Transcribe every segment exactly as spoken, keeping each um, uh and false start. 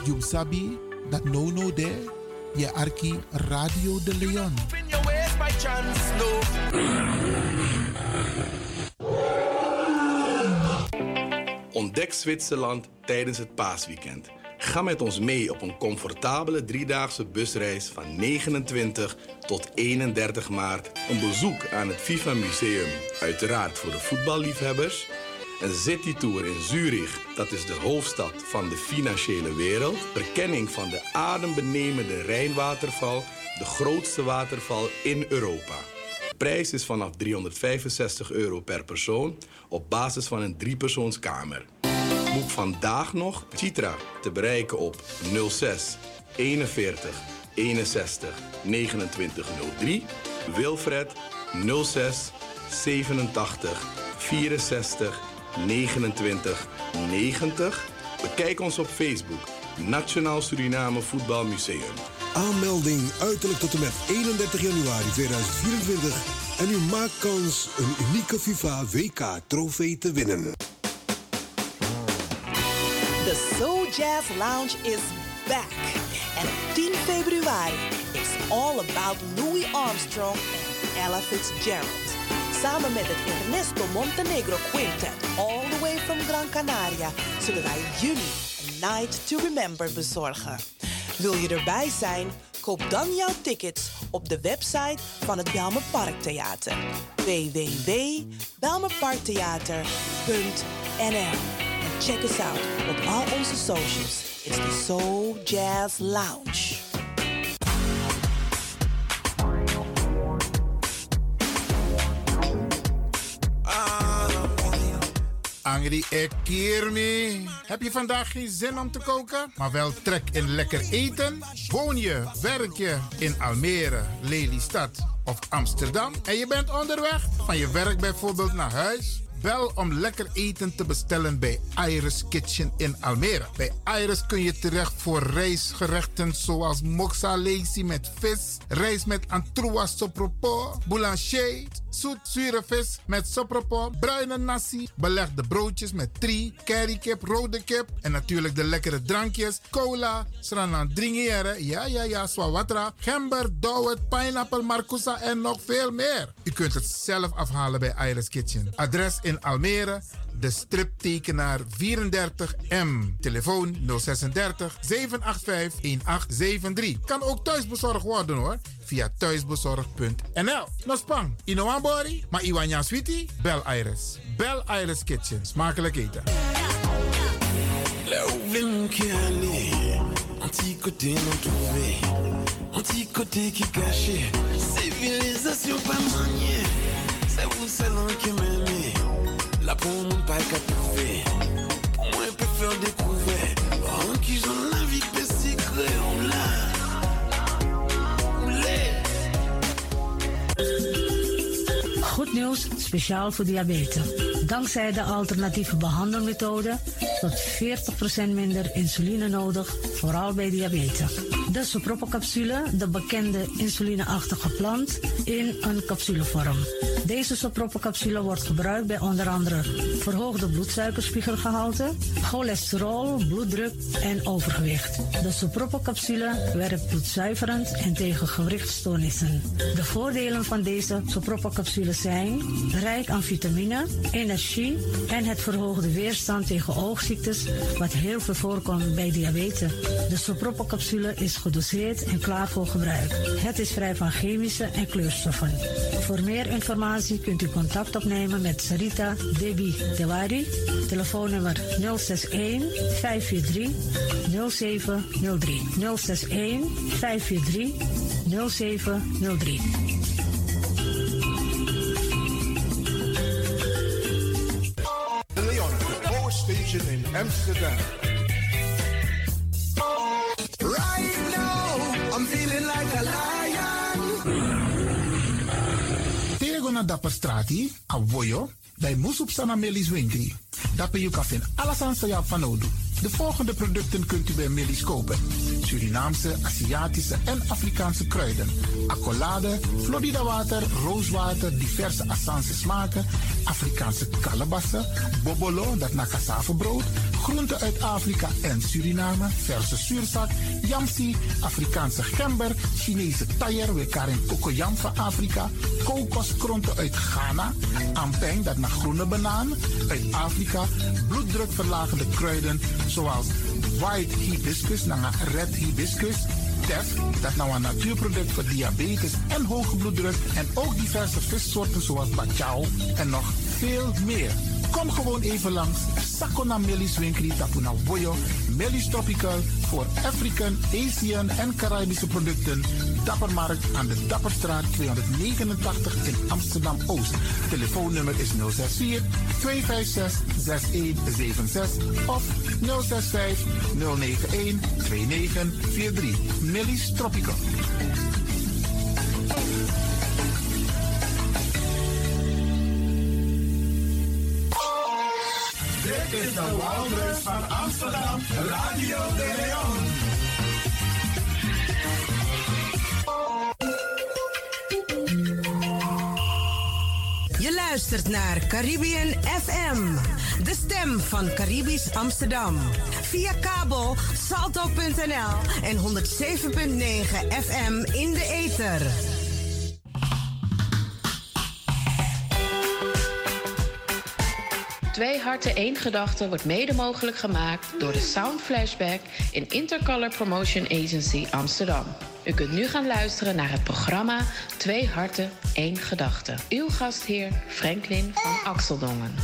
You sabi dat no no de je arki Radio de Leon. Ontdek Zwitserland tijdens het paasweekend. Ga met ons mee op een comfortabele driedaagse busreis van negenentwintig tot eenendertig maart. Een bezoek aan het FIFA Museum, uiteraard voor de voetballiefhebbers. Een citytour in Zurich, dat is de hoofdstad van de financiële wereld. Verkenning van de adembenemende Rijnwaterval, de grootste waterval in Europa. De prijs is vanaf driehonderdvijfenzestig euro per persoon op basis van een driepersoonskamer. Boek vandaag nog Citra te bereiken op nul zes eenenveertig eenenzestig negenentwintig nul drie. Wilfred nul zes zevenentachtig vierenzestig negenentwintig negentig. Bekijk ons op Facebook, Nationaal Suriname Voetbalmuseum. Aanmelding uiterlijk tot en met eenendertig januari tweeduizend vierentwintig. En u maakt kans een unieke FIFA W K-trofee te winnen. The Soul Jazz Lounge is back. En op tien februari is all about Louis Armstrong en Ella Fitzgerald. Samen met het Ernesto Montenegro Quintet, all the way from Gran Canaria, zullen wij jullie een Night to Remember bezorgen. Wil je erbij zijn? Koop dan jouw tickets op de website van het Bijlmer Parktheater. w w w punt bijlmerparktheater punt n l. En check us out op al onze socials. It's the Soul Jazz Lounge. Angry Ekirmi. Heb je vandaag geen zin om te koken, maar wel trek in lekker eten? Woon je, werk je in Almere, Lelystad of Amsterdam en je bent onderweg van je werk bijvoorbeeld naar huis? Bel om lekker eten te bestellen bij Iris Kitchen in Almere. Bij Iris kun je terecht voor rijstgerechten zoals moksa lazy met vis, rijst met antroas sopropo, boulanger, zoet zure vis met sopropo, bruine nasi, belegde broodjes met tri, currykip, rode kip en natuurlijk de lekkere drankjes, cola, sranan dringiere, ja ja ja, swawatra, gember, dowet, pineapple, marcousa en nog veel meer. U kunt het zelf afhalen bij Iris Kitchen. Adres in Almere, de striptekenaar vierendertig M. Telefoon nul zesendertig zevenhonderdvijfenachtig honderdzevenentachtig. Kan ook thuisbezorgd worden hoor, via thuisbezorgd punt n l. Nospang, Inoambori, maar Iwanya Sweetie? Bel Iris. Bel Iris Kitchen. Smakelijk eten. Là où veut qui aller, un petit côté non trouvé, un petit côté qui caché, civilisation pas maniée, c'est vous seul qui m'aimez, là pour mon pas qu'à trouver, moi je peux faire découvrir, en qui j'en la vie de secret, on l'a, Goed nieuws, speciaal voor diabetes. Dankzij de alternatieve behandelmethode tot veertig procent minder insuline nodig, vooral bij diabetes. De Sopropo-capsule, de bekende insulineachtige plant, in een capsulevorm. Deze Sopropo-capsule wordt gebruikt bij onder andere verhoogde bloedsuikerspiegelgehalte, cholesterol, bloeddruk en overgewicht. De Sopropo-capsule werkt bloedzuiverend en tegen gewrichtstoornissen. De voordelen van deze Sopropo-capsule zijn rijk aan vitamine, energie en het verhoogde weerstand tegen oogziektes, wat heel veel voorkomt bij diabetes. De Sopropo-capsule is gedoseerd en klaar voor gebruik. Het is vrij van chemische en kleurstoffen. Voor meer informatie kunt u contact opnemen met Sarita Debi Dewari. Telefoonnummer nul zes een vijf vier drie nul zeven nul drie. nul zes een vijf vier drie nul zeven nul drie. De Leon, Power Station in Amsterdam. Right now, I'm feeling like a lion. Tego na dapper strati, a voyo, dai musup sana melis winkri. Dapper you kan vinden alles aan sa van nodig. De volgende producten kunt u bij Millie's kopen: Surinaamse, Aziatische en Afrikaanse kruiden, accolade, Florida water, rooswater, diverse Assange smaken, Afrikaanse kalebassen, bobolo, dat na cassavebrood, groenten uit Afrika en Suriname, verse zuurzak, yamsi, Afrikaanse gember, Chinese taier, wekarin kokoyam van Afrika, kokoskronten uit Ghana, ampeng, dat naar groene banaan, uit Afrika, bloeddrukverlagende kruiden zoals white hibiscus, naar red hibiscus, tef, dat nou een natuurproduct voor diabetes en hoge bloeddruk, en ook diverse vissoorten zoals bachao en nog veel meer. Kom gewoon even langs. Sakona Melis Winkri Tapuna Boyo. Melis Tropical voor African, Asian en Caribische producten. Dappermarkt aan de Dapperstraat tweehonderdnegenentachtig in Amsterdam-Oost. Telefoonnummer is nul zes vier, twee vijf zes, zes een zeven zes of nul zes vijf, nul negen een, twee negen vier drie. Melis Tropical. Dit is de Wouders van Amsterdam, Radio de Leon. Je luistert naar Caribbean F M, de stem van Caribisch Amsterdam. Via kabel salto punt n l en honderd zeven komma negen F M in de ether. Twee harten, één gedachte wordt mede mogelijk gemaakt door de Sound Flashback in Intercolor Promotion Agency Amsterdam. U kunt nu gaan luisteren naar het programma Twee harten, één gedachte. Uw gastheer Franklin van Axeldongen.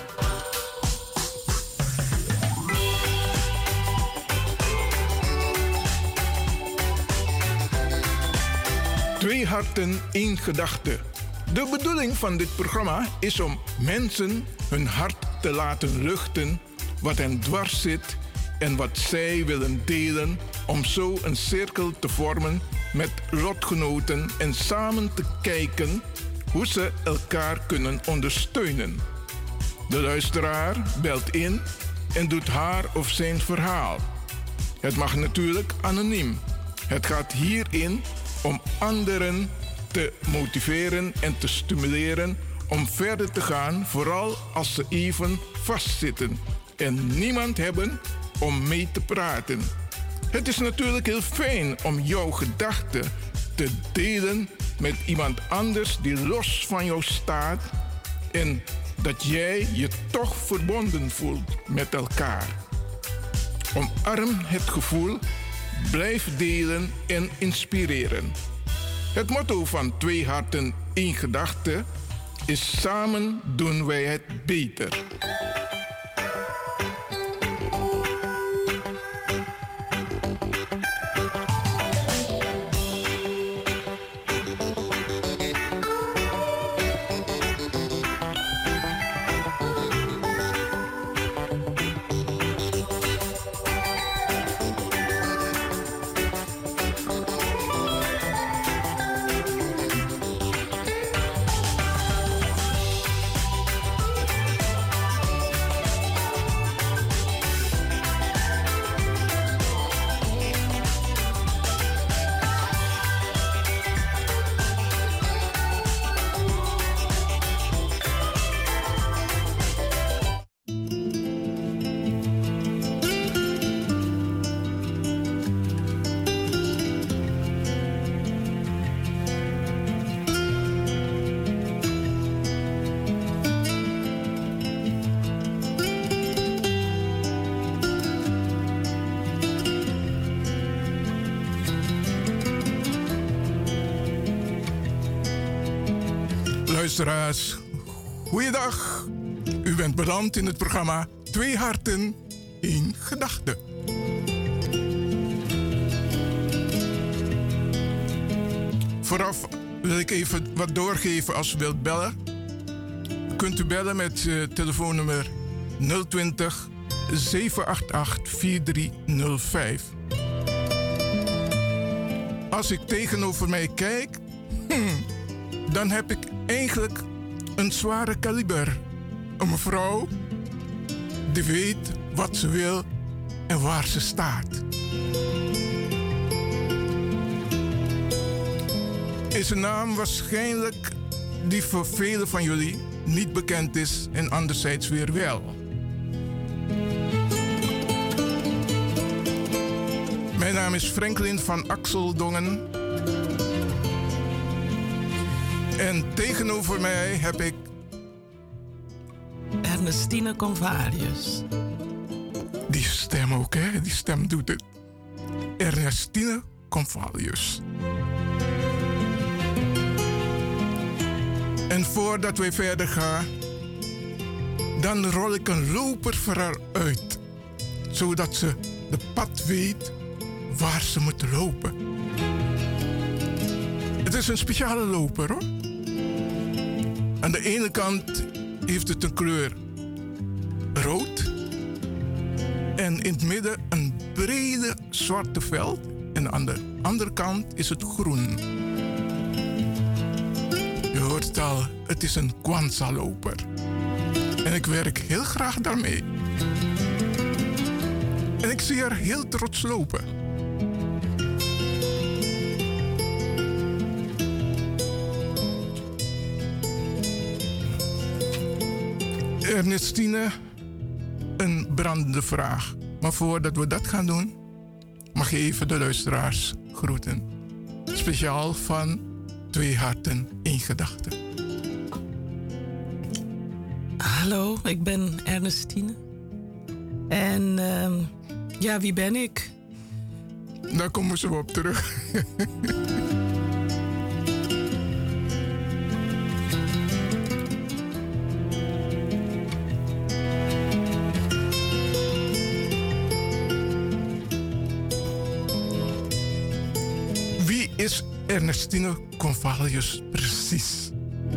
Twee harten, één gedachte. De bedoeling van dit programma is om mensen hun hart te laten luchten wat hen dwars zit en wat zij willen delen, om zo een cirkel te vormen met lotgenoten en samen te kijken hoe ze elkaar kunnen ondersteunen. De luisteraar belt in en doet haar of zijn verhaal. Het mag natuurlijk anoniem. Het gaat hierin om anderen te motiveren en te stimuleren om verder te gaan, vooral als ze even vastzitten en niemand hebben om mee te praten. Het is natuurlijk heel fijn om jouw gedachten te delen met iemand anders die los van jou staat en dat jij je toch verbonden voelt met elkaar. Omarm het gevoel, blijf delen en inspireren. Het motto van Twee harten, één gedachte is: samen doen wij het beter. Luisteraars, goeiedag. U bent beland in het programma Twee harten, één gedachte. Vooraf wil ik even wat doorgeven als u wilt bellen. Kunt u bellen met uh, telefoonnummer nul twintig, zeven acht acht, vier drie nul vijf. Als ik tegenover mij kijk, hmm, dan heb ik eigenlijk een zware kaliber. Een mevrouw die weet wat ze wil en waar ze staat. Is een naam waarschijnlijk die voor velen van jullie niet bekend is en anderzijds weer wel. naam is Franklin van Axeldongen. En tegenover mij heb ik... Ernestine Convarius. Die stem ook, hè? Die stem doet het. Ernestine Convarius. En voordat wij verder gaan, dan rol ik een loper voor haar uit. Zodat ze de pad weet waar ze moet lopen. Het is een speciale loper, hoor. Aan de ene kant heeft het een kleur rood. En in het midden een brede zwarte veld. En aan de andere kant is het groen. Je hoort het al, het is een Kwanzaa-loper. En ik werk heel graag daarmee. En ik zie haar heel trots lopen. Ernestine, een brandende vraag. Maar voordat we dat gaan doen, mag je even de luisteraars groeten. Speciaal van Twee Harten, één Gedachte. Hallo, ik ben Ernestine. En uh, ja, wie ben ik? Daar komen ze op terug. Wie is Ernestine Convarius precies?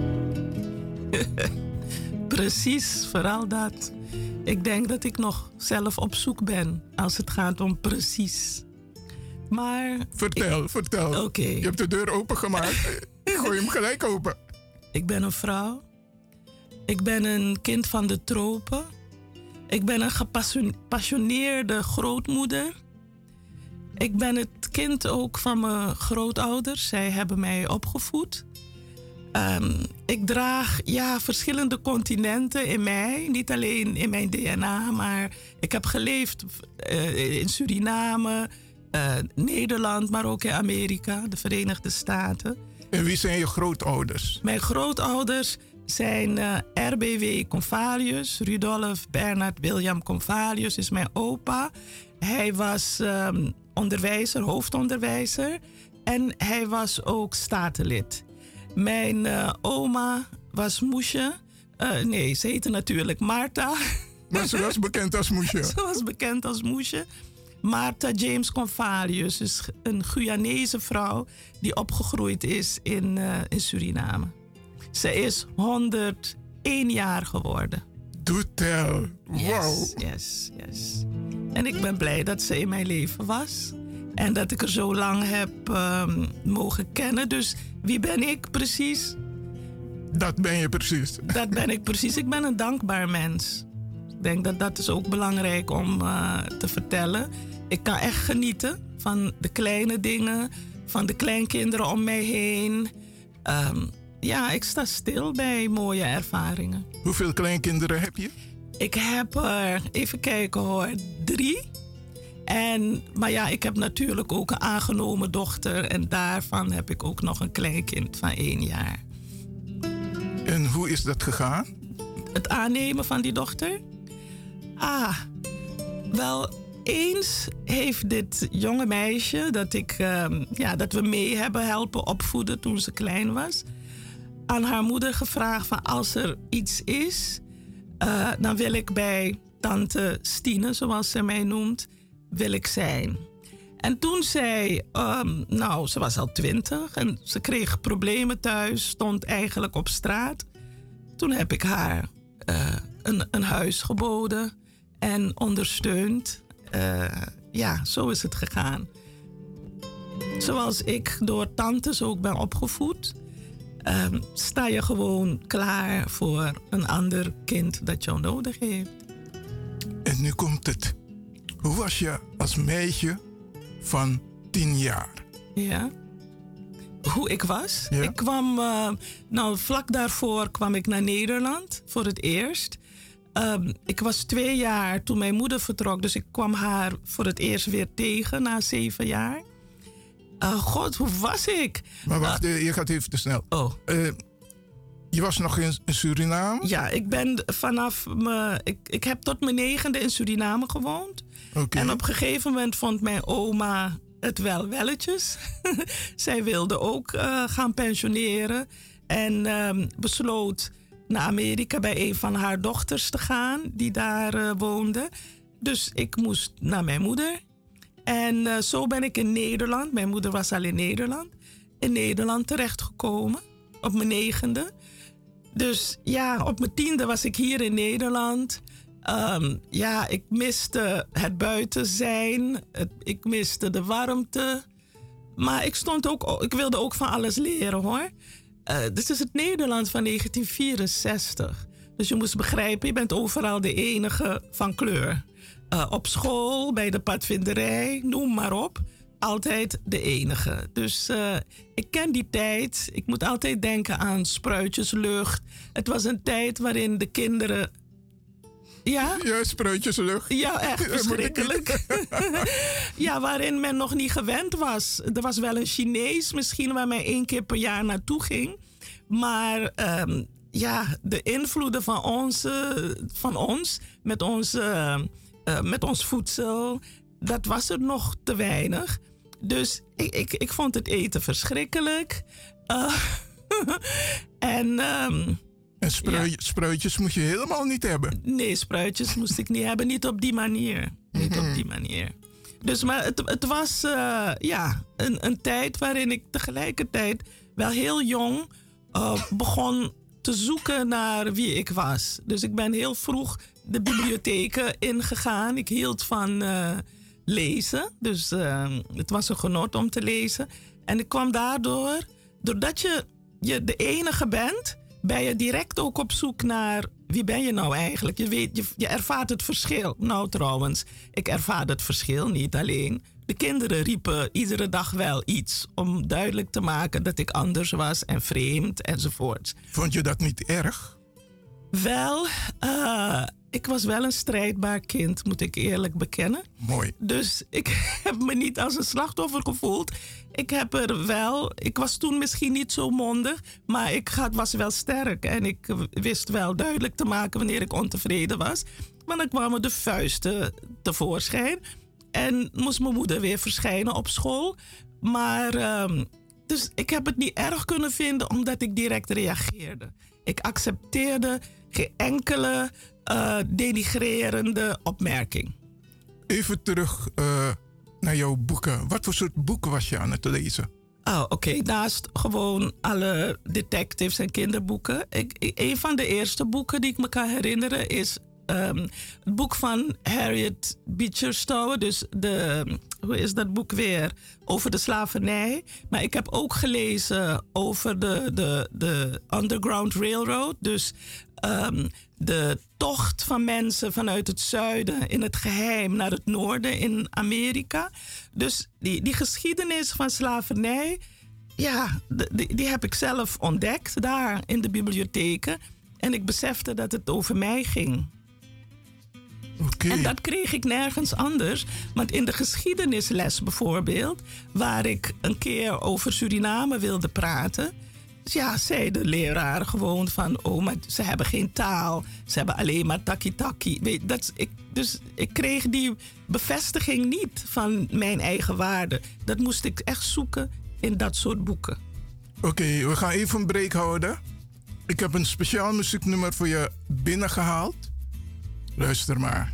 Precies, vooral dat. Ik denk dat ik nog zelf op zoek ben als het gaat om precies. Maar... Vertel, ik, vertel. Oké. Okay. Je hebt de deur opengemaakt. Gooi hem gelijk open. Ik ben een vrouw. Ik ben een kind van de tropen. Ik ben een gepassioneerde grootmoeder. Ik ben het kind ook van mijn grootouders. Zij hebben mij opgevoed. Um, ik draag ja, verschillende continenten in mij. Niet alleen in mijn D N A, maar ik heb geleefd uh, in Suriname, uh, Nederland, maar ook in Amerika, de Verenigde Staten. En wie zijn je grootouders? Mijn grootouders zijn uh, R B W Convarius. Rudolf Bernard William Convarius is mijn opa. Hij was um, onderwijzer, hoofdonderwijzer. En hij was ook statenlid. Mijn uh, oma was Moesje. Uh, nee, ze heette natuurlijk Martha. Maar ze was bekend als Moesje. Ze was bekend als Moesje. Martha James Convarius is een Guyanese vrouw die opgegroeid is in, uh, in Suriname. Ze is honderdéén jaar geworden. Do tell. Wow. Yes, yes, yes. En ik ben blij dat ze in mijn leven was. En dat ik er zo lang heb um, mogen kennen. Dus wie ben ik precies? Dat ben je precies. Dat ben ik precies. Ik ben een dankbaar mens. Ik denk dat dat is ook belangrijk om uh, te vertellen. Ik kan echt genieten van de kleine dingen. Van de kleinkinderen om mij heen. Um, ja, ik sta stil bij mooie ervaringen. Hoeveel kleinkinderen heb je? Ik heb er, even kijken hoor, drie. En, maar ja, ik heb natuurlijk ook een aangenomen dochter. En daarvan heb ik ook nog een kleinkind van één jaar. En hoe is dat gegaan? Het aannemen van die dochter? Ah, wel eens heeft dit jonge meisje... dat, ik, uh, ja, dat we mee hebben helpen opvoeden toen ze klein was... aan haar moeder gevraagd van als er iets is... Uh, dan wil ik bij tante Stine, zoals ze mij noemt... wil ik zijn. En toen zij, um, nou, ze was al twintig en ze kreeg problemen thuis, stond eigenlijk op straat. Toen heb ik haar uh, een, een huis geboden en ondersteund. Uh, ja, zo is het gegaan. Zoals ik door tantes ook ben opgevoed, um, sta je gewoon klaar voor een ander kind dat jou nodig heeft. En nu komt het. Hoe was je als meisje van tien jaar? Ja. Hoe ik was? Ja. Ik kwam, uh, nou vlak daarvoor kwam ik naar Nederland voor het eerst. Um, ik was twee jaar toen mijn moeder vertrok. Dus ik kwam haar voor het eerst weer tegen na zeven jaar. Uh, God, hoe was ik? Maar wacht, uh, je gaat even te snel. Oh. Uh, je was nog in Suriname? Ja, ik ben vanaf me, ik, ik heb tot mijn negende in Suriname gewoond. Okay. En op een gegeven moment vond mijn oma het wel welletjes. Zij wilde ook uh, gaan pensioneren. En um, besloot naar Amerika bij een van haar dochters te gaan, die daar uh, woonde. Dus ik moest naar mijn moeder. En uh, zo ben ik in Nederland, mijn moeder was al in Nederland, in Nederland terechtgekomen. Op mijn negende. Dus ja, op mijn tiende was ik hier in Nederland. Um, ja, ik miste het buiten zijn. Het, ik miste de warmte. Maar ik, stond ook, ik wilde ook van alles leren, hoor. Uh, dit is het Nederland van negentien vierenzestig. Dus je moest begrijpen, je bent overal de enige van kleur. Uh, op school, bij de padvinderij, noem maar op. Altijd de enige. Dus uh, ik ken die tijd. Ik moet altijd denken aan spruitjeslucht. Het was een tijd waarin de kinderen... Ja? Ja, spruitjeslucht. Ja, echt verschrikkelijk. Ja, waarin men nog niet gewend was. Er was wel een Chinees misschien waar men één keer per jaar naartoe ging. Maar um, ja, de invloeden van, onze, van ons, met, onze, uh, met ons voedsel, dat was er nog te weinig. Dus ik, ik, ik vond het eten verschrikkelijk. Uh, en... Um, En sprui- ja. spruitjes moest je helemaal niet hebben? Nee, spruitjes moest ik niet hebben. Niet op die manier. Niet mm-hmm. op die manier. Dus maar het, het was uh, ja, een, een tijd waarin ik tegelijkertijd wel heel jong uh, begon te zoeken naar wie ik was. Dus ik ben heel vroeg de bibliotheken ingegaan. Ik hield van uh, lezen. Dus uh, het was een genot om te lezen. En ik kwam daardoor, doordat je, je de enige bent, ben je direct ook op zoek naar wie ben je nou eigenlijk. Je, weet, je, je ervaart het verschil. Nou trouwens, ik ervaar het verschil niet alleen. De kinderen riepen iedere dag wel iets om duidelijk te maken dat ik anders was en vreemd enzovoort. Vond je dat niet erg? Wel, uh, ik was wel een strijdbaar kind, moet ik eerlijk bekennen. Mooi. Dus ik heb me niet als een slachtoffer gevoeld. Ik heb er wel... Ik was toen misschien niet zo mondig, maar ik was wel sterk. En ik wist wel duidelijk te maken wanneer ik ontevreden was. Maar dan kwamen de vuisten tevoorschijn. En moest mijn moeder weer verschijnen op school. Maar... Um, dus ik heb het niet erg kunnen vinden, omdat ik direct reageerde. Ik accepteerde geen enkele uh, denigrerende opmerking. Even terug uh, naar jouw boeken. Wat voor soort boeken was je aan het lezen? Oh, oké. Okay. Naast gewoon alle detectives en kinderboeken. Ik, ik, een van de eerste boeken die ik me kan herinneren is um, het boek van Harriet Beecher Stowe. Dus de, hoe is dat boek weer? Over de slavernij. Maar ik heb ook gelezen over de, de, de Underground Railroad. Dus um, de tocht van mensen vanuit het zuiden in het geheim naar het noorden in Amerika. Dus die, die geschiedenis van slavernij, ja, die, die heb ik zelf ontdekt daar in de bibliotheken. En ik besefte dat het over mij ging. Okay. En dat kreeg ik nergens anders. Want in de geschiedenisles bijvoorbeeld, waar ik een keer over Suriname wilde praten, ja, zei de leraar gewoon van, oh, maar ze hebben geen taal. Ze hebben alleen maar taki-taki. Weet, dat is, ik, dus ik kreeg die bevestiging niet van mijn eigen waarde. Dat moest ik echt zoeken in dat soort boeken. Oké, okay, we gaan even een break houden. Ik heb een speciaal muzieknummer voor je binnengehaald. Luister maar.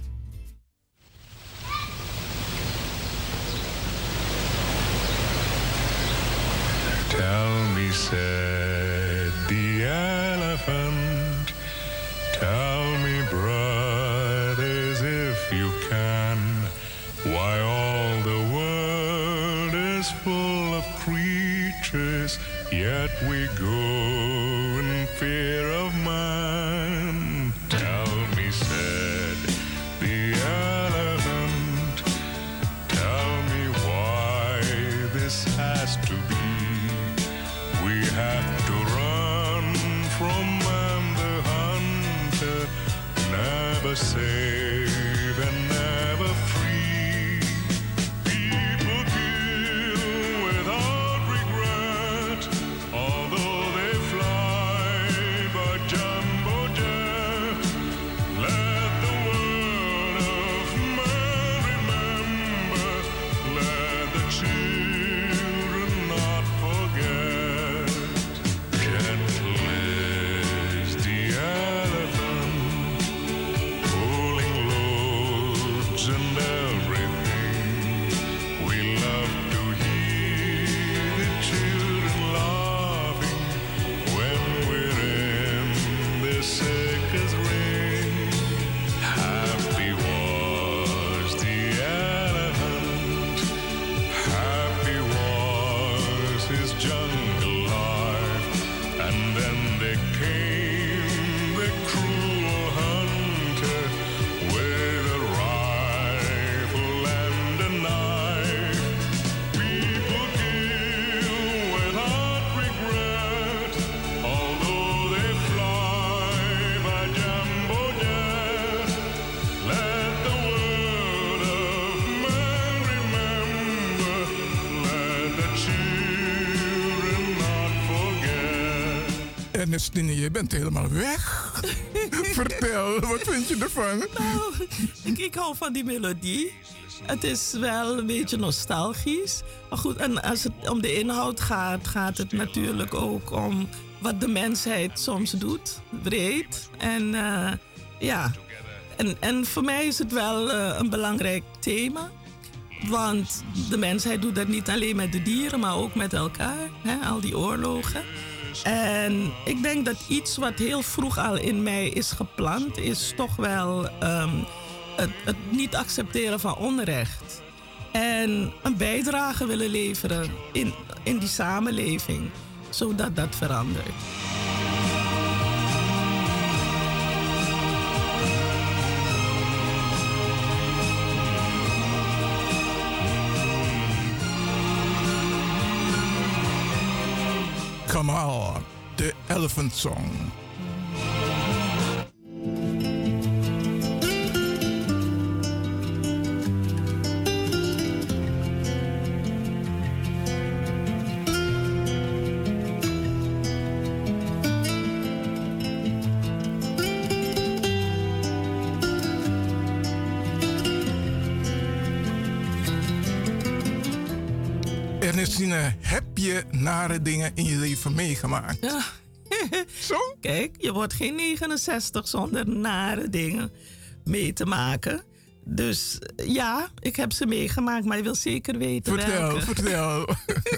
Tell me, said the elephant, tell me, brothers, if you can, why all the world is full of creatures, yet we go in fear of man. Tell me, said the elephant, tell me why this has to be. We have to run from man the hunter now. Ernestine, je bent helemaal weg. Vertel, wat vind je ervan? Nou, ik, ik hou van die melodie. Het is wel een beetje nostalgisch. Maar goed, en als het om de inhoud gaat, gaat het natuurlijk ook om wat de mensheid soms doet. Breed. En uh, ja, en, en voor mij is het wel uh, een belangrijk thema. Want de mensheid doet dat niet alleen met de dieren, maar ook met elkaar. Hè? Al die oorlogen. En ik denk dat iets wat heel vroeg al in mij is geplant, is toch wel um, het, het niet accepteren van onrecht. En een bijdrage willen leveren in, in die samenleving, zodat dat verandert. Kamal, de Elephant Song. Ernestine, heb je nare dingen in je leven meegemaakt? Ja. Zo? Kijk, je wordt geen negenenzestig zonder nare dingen mee te maken. Dus ja, ik heb ze meegemaakt, maar je wil zeker weten vertel, welke. Vertel,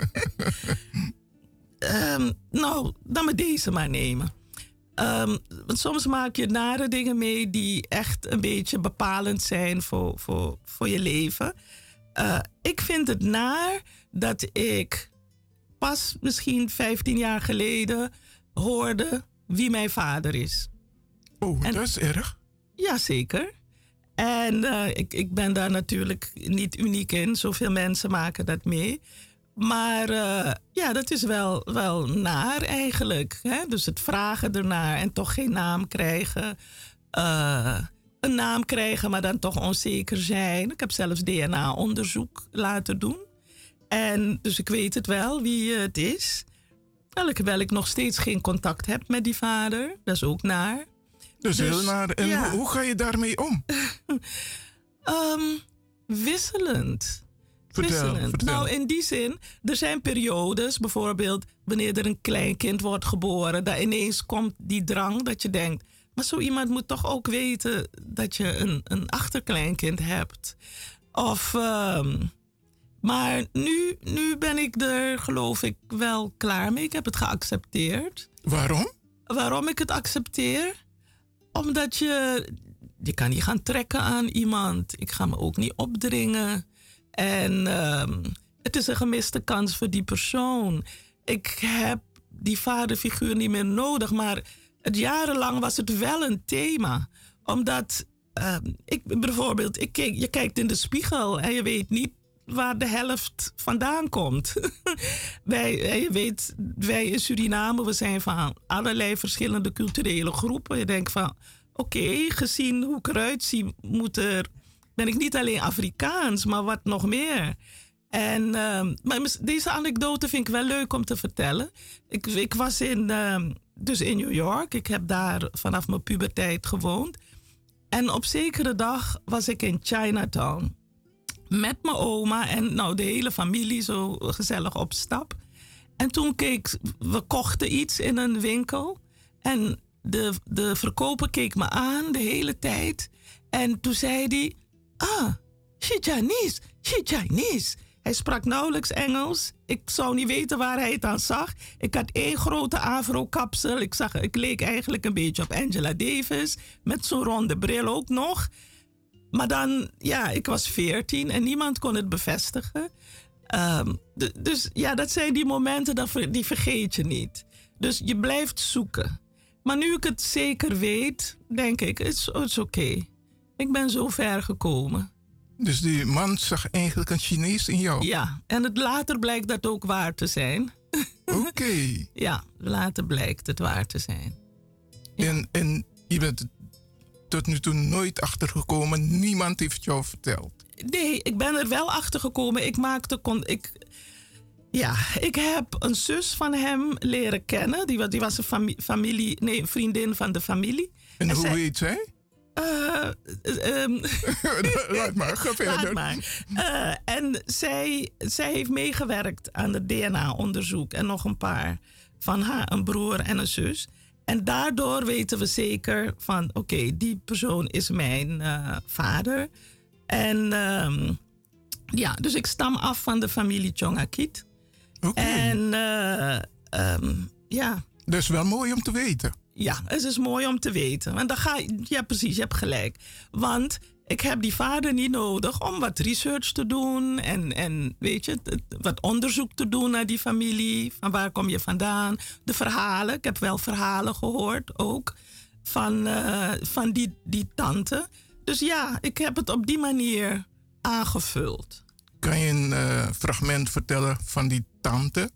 um, nou, dan maar deze maar nemen. Um, want soms maak je nare dingen mee die echt een beetje bepalend zijn voor, voor, voor je leven. Uh, ik vind het naar dat ik pas misschien vijftien jaar geleden hoorde wie mijn vader is. Oh, en, dat is erg. Jazeker. En uh, ik, ik ben daar natuurlijk niet uniek in. Zoveel mensen maken dat mee. Maar uh, ja, dat is wel, wel naar eigenlijk. Hè? Dus het vragen ernaar en toch geen naam krijgen. Uh, een naam krijgen, maar dan toch onzeker zijn. Ik heb zelfs D N A-onderzoek laten doen. En dus ik weet het wel wie het is. Terwijl ik nog steeds geen contact heb met die vader. Dat is ook naar. Dat is dus, heel naar. En ja. hoe, hoe ga je daarmee om? um, wisselend. Vertel, wisselend. vertel. Nou, in die zin, er zijn periodes, bijvoorbeeld wanneer er een kleinkind wordt geboren, dat ineens komt die drang dat je denkt, maar zo iemand moet toch ook weten dat je een, een achterkleinkind hebt. Of, um, maar nu, nu ben ik er, geloof ik, wel klaar mee. Ik heb het geaccepteerd. Waarom? Waarom ik het accepteer? Omdat je, je kan niet gaan trekken aan iemand. Ik ga me ook niet opdringen. En um, het is een gemiste kans voor die persoon. Ik heb die vaderfiguur niet meer nodig, maar het jarenlang was het wel een thema. Omdat, uh, ik, bijvoorbeeld, ik keek, je kijkt in de spiegel en je weet niet waar de helft vandaan komt. wij, je weet, wij in Suriname, we zijn van allerlei verschillende culturele groepen. Je denkt van, oké, okay, gezien hoe ik eruit zie, moet er, ben ik niet alleen Afrikaans, maar wat nog meer. En uh, maar deze anekdote vind ik wel leuk om te vertellen. Ik, ik was in, uh, dus in New York. Ik heb daar vanaf mijn puberteit gewoond. En op zekere dag was ik in Chinatown. Met mijn oma en nou, de hele familie zo gezellig op stap. En toen keek, we kochten iets in een winkel. En de, de verkoper keek me aan de hele tijd. En toen zei hij, ah, she Chinese, she Chinese. Hij sprak nauwelijks Engels. Ik zou niet weten waar hij het aan zag. Ik had één grote afro-kapsel. Ik, zag, ik leek eigenlijk een beetje op Angela Davis. Met zo'n ronde bril ook nog. Maar dan, ja, ik was veertien en niemand kon het bevestigen. Um, d- dus ja, dat zijn die momenten, dat ver, die vergeet je niet. Dus je blijft zoeken. Maar nu ik het zeker weet, denk ik, het is oké. Okay. Ik ben zo ver gekomen. Dus die man zag eigenlijk een Chinees in jou? Ja, en het later blijkt dat ook waar te zijn. Oké. Okay. Ja, later blijkt het waar te zijn. Ja. En, en je bent tot nu toe nooit achtergekomen? Niemand heeft jou verteld? Nee, ik ben er wel achtergekomen. Ik maakte... Kon, ik, Ja, ik heb een zus van hem leren kennen. Die, was- die was een fami- familie, nee, een vriendin van de familie. En, hoe zij- heet zij? Eh, eh, ehm, Laat maar, ga verder. Laat maar. Eh, en zij, zij heeft meegewerkt aan het D N A-onderzoek. En nog een paar van haar, een broer en een zus. En daardoor weten we zeker van... oké, okay, die persoon is mijn uh, vader. En uh, ja, dus ik stam af van de familie Chongakit. Oké. Okay. En uh, um, ja... Dat is wel mooi om te weten. Ja, het is mooi om te weten. Want dan ga je, ja, precies, je hebt gelijk. Want ik heb die vader niet nodig om wat research te doen. En, en weet je, wat onderzoek te doen naar die familie. Van waar kom je vandaan? De verhalen. Ik heb wel verhalen gehoord ook. Van, uh, van die, die tante. Dus ja, ik heb het op die manier aangevuld. Kan je een uh, fragment vertellen van die tante?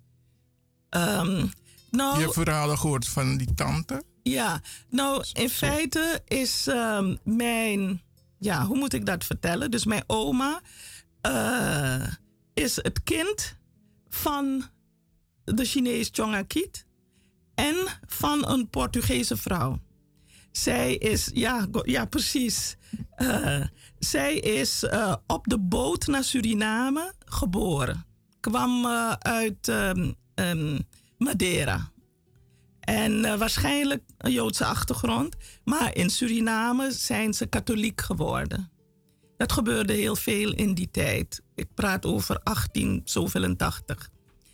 Um, nou, je hebt verhalen gehoord van die tante? Ja, nou in feite is um, mijn, ja, hoe moet ik dat vertellen? Dus mijn oma uh, is het kind van de Chinees Chongakit en van een Portugese vrouw. Zij is, ja, ja precies. Uh, zij is uh, op de boot naar Suriname geboren. Kwam uh, uit um, um, Madeira. En uh, waarschijnlijk een Joodse achtergrond. Maar in Suriname zijn ze katholiek geworden. Dat gebeurde heel veel in die tijd. Ik praat over achttien zoveel en tachtig.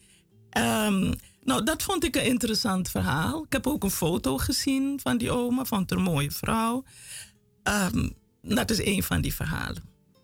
Um, nou, dat vond ik een interessant verhaal. Ik heb ook een foto gezien van die oma. Vond haar een mooie vrouw. Um, dat is een van die verhalen.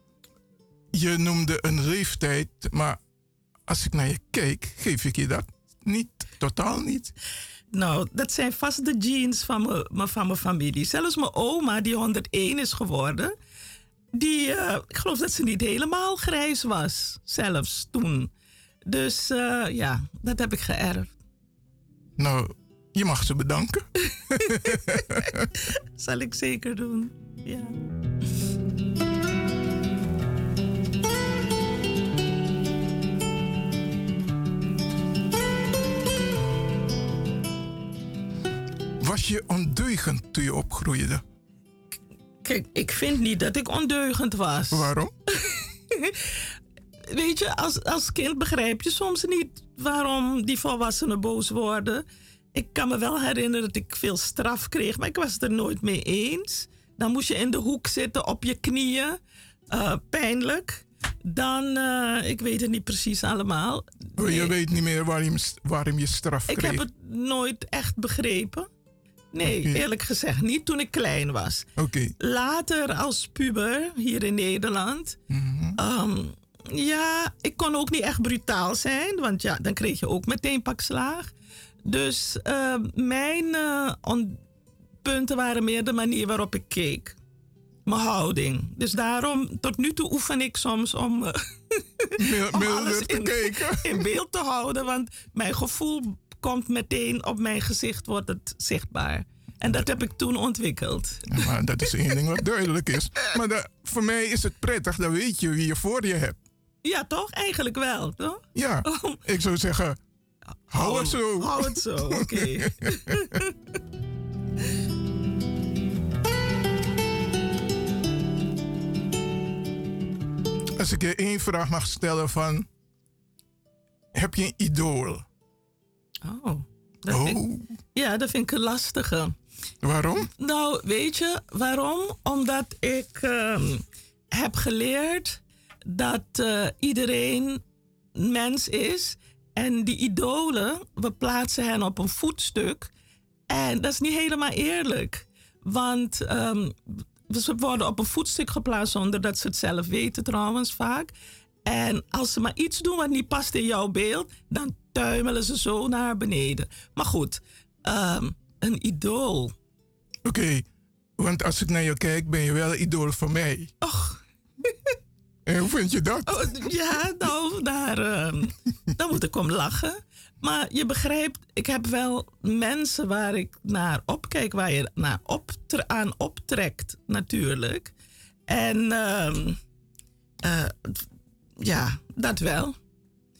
Je noemde een leeftijd, maar als ik naar je keek, geef ik je dat niet, totaal niet. Nou, dat zijn vast de genes van mijn, van mijn familie. Zelfs mijn oma, die honderdéén is geworden, die, uh, ik geloof dat ze niet helemaal grijs was, zelfs toen. Dus uh, ja, dat heb ik geërfd. Nou, je mag ze bedanken. Zal ik zeker doen, ja. Was je ondeugend toen je opgroeide? Kijk, ik vind niet dat ik ondeugend was. Waarom? Weet je, als, als kind begrijp je soms niet waarom die volwassenen boos worden. Ik kan me wel herinneren dat ik veel straf kreeg, maar ik was het er nooit mee eens. Dan moest je in de hoek zitten op je knieën. Uh, pijnlijk. Dan, uh, ik weet het niet precies allemaal. Nee. Oh, je weet niet meer waarom, waarom je straf ik kreeg? Ik heb het nooit echt begrepen. Nee, okay. Eerlijk gezegd niet toen ik klein was. Okay. Later als puber hier in Nederland. Mm-hmm. Um, ja, ik kon ook niet echt brutaal zijn. Want ja, dan kreeg je ook meteen pak slaag. Dus uh, mijn uh, on- punten waren meer de manier waarop ik keek. Mijn houding. Dus daarom, tot nu toe oefen ik soms om, uh, om alles in, in beeld te houden. Want mijn gevoel komt meteen op mijn gezicht, wordt het zichtbaar. En dat heb ik toen ontwikkeld. Ja, maar dat is één ding wat duidelijk is. Maar de, voor mij is het prettig, dan weet je wie je voor je hebt. Ja, toch? Eigenlijk wel, toch? Ja, oh. Ik zou zeggen, hou, hou het zo. Hou het zo, oké. Okay. Als ik je één vraag mag stellen van, heb je een idool? Oh. Dat oh. Vind, ja, dat vind ik een lastige. Waarom? Nou, weet je waarom? Omdat ik uh, heb geleerd dat uh, iedereen mens is. En die idolen, we plaatsen hen op een voetstuk. En dat is niet helemaal eerlijk. Want um, ze worden op een voetstuk geplaatst zonder dat ze het zelf weten trouwens vaak. En als ze maar iets doen wat niet past in jouw beeld, dan tuimelen ze zo naar beneden. Maar goed, um, een idool. Oké, okay, want als ik naar je kijk, ben je wel een idool voor mij. Och. En hoe vind je dat? Oh, ja, nou, daar, uh, daar moet ik om lachen. Maar je begrijpt, ik heb wel mensen waar ik naar opkijk, waar je naar optre- aan optrekt natuurlijk. En uh, uh, ja, dat wel.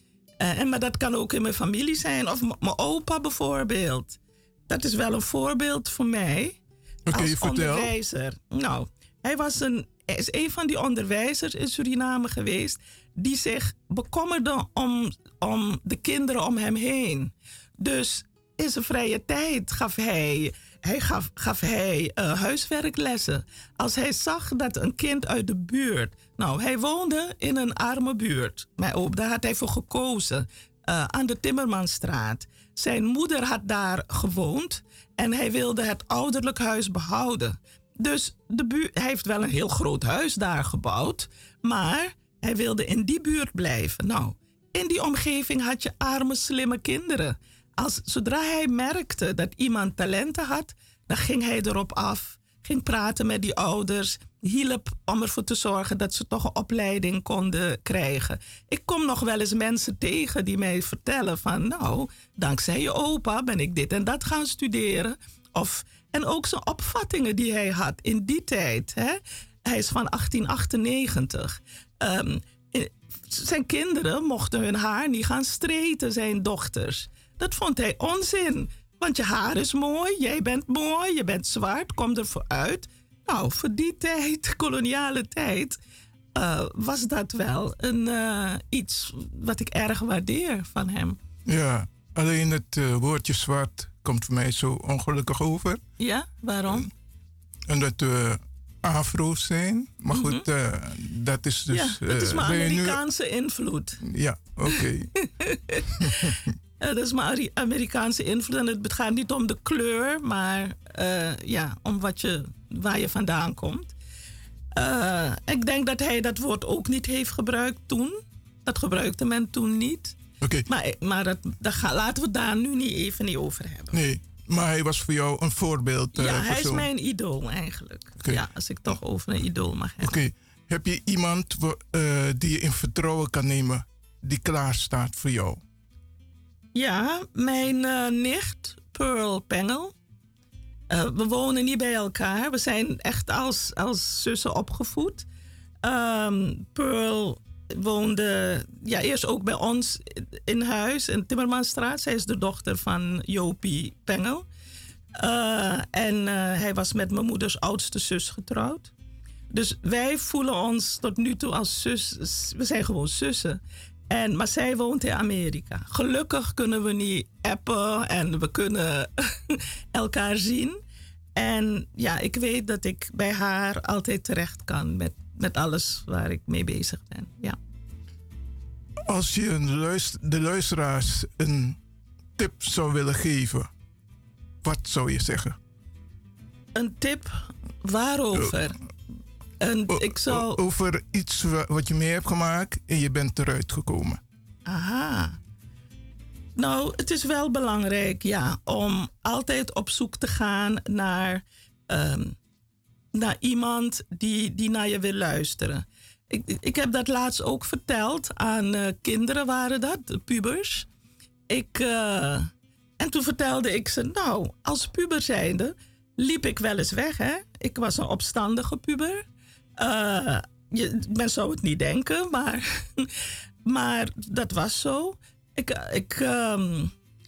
Uh, en, maar dat kan ook in mijn familie zijn. Of m- mijn opa bijvoorbeeld. Dat is wel een voorbeeld voor mij. Oké, als vertel. onderwijzer. Nou, hij was een, hij is een van die onderwijzers in Suriname geweest die zich bekommerde om, om de kinderen om hem heen. Dus in zijn vrije tijd gaf hij, hij, gaf, gaf hij uh, huiswerklessen. Als hij zag dat een kind uit de buurt... Nou, hij woonde in een arme buurt. Maar ook, daar had hij voor gekozen. Uh, aan de Timmermansstraat. Zijn moeder had daar gewoond en hij wilde het ouderlijk huis behouden. Dus de buurt, hij heeft wel een heel groot huis daar gebouwd, maar hij wilde in die buurt blijven. Nou, in die omgeving had je arme, slimme kinderen. Als, zodra hij merkte dat iemand talenten had, dan ging hij erop af, ging praten met die ouders, hielp om ervoor te zorgen dat ze toch een opleiding konden krijgen. Ik kom nog wel eens mensen tegen die mij vertellen van, nou, dankzij je opa ben ik dit en dat gaan studeren. Of, en ook zijn opvattingen die hij had in die tijd. Hè? Hij is van achttien achtennegentig. Um, zijn kinderen mochten hun haar niet gaan streten, zijn dochters. Dat vond hij onzin. Want je haar is mooi, jij bent mooi, je bent zwart, kom ervoor uit. Nou, voor die tijd, koloniale tijd, uh, was dat wel een, uh, iets wat ik erg waardeer van hem. Ja, alleen het uh, woordje zwart komt voor mij zo ongelukkig over. Ja, waarom? Omdat we afro's zijn. Maar Mm-hmm. goed, uh, dat is dus... Ja, dat is uh, mijn ben je nu- Amerikaanse invloed. Ja, oké. Okay. Uh, dat is mijn Amerikaanse invloed. En het gaat niet om de kleur, maar uh, ja, om wat je, waar je vandaan komt. Uh, ik denk dat hij dat woord ook niet heeft gebruikt toen. Dat gebruikte men toen niet. Okay. Maar, maar dat, dat ga, laten we het daar nu niet even niet over hebben. Nee, maar hij was voor jou een voorbeeld. Uh, ja, hij persoon. is mijn idool eigenlijk. Okay. Ja, als ik toch over een idool mag hebben. Oké, okay. Heb je iemand uh, die je in vertrouwen kan nemen, die klaar staat voor jou? Ja, mijn uh, nicht, Pearl Pengel. Uh, we wonen niet bij elkaar. We zijn echt als, als zussen opgevoed. Um, Pearl woonde ja, eerst ook bij ons in huis in Timmermansstraat. Zij is de dochter van Jopie Pengel. Uh, en uh, hij was met mijn moeders oudste zus getrouwd. Dus wij voelen ons tot nu toe als zus. We zijn gewoon zussen. En, maar zij woont in Amerika. Gelukkig kunnen we niet appen en we kunnen elkaar zien. En ja, ik weet dat ik bij haar altijd terecht kan met, met alles waar ik mee bezig ben. Ja. Als je een luister, de luisteraars een tip zou willen geven, wat zou je zeggen? Een tip waarover? Uh, En ik zal... Over iets wat je mee hebt gemaakt en je bent eruit gekomen. Aha. Nou, het is wel belangrijk, ja, om altijd op zoek te gaan naar, um, naar iemand die, die naar je wil luisteren. Ik, ik heb dat laatst ook verteld aan uh, kinderen, waren dat, de pubers. Ik, uh, en toen vertelde ik ze, nou, als puber zijnde liep ik wel eens weg, hè. Ik was een opstandige puber. Uh, je, men zou het niet denken, maar, maar dat was zo. Ik, ik, um,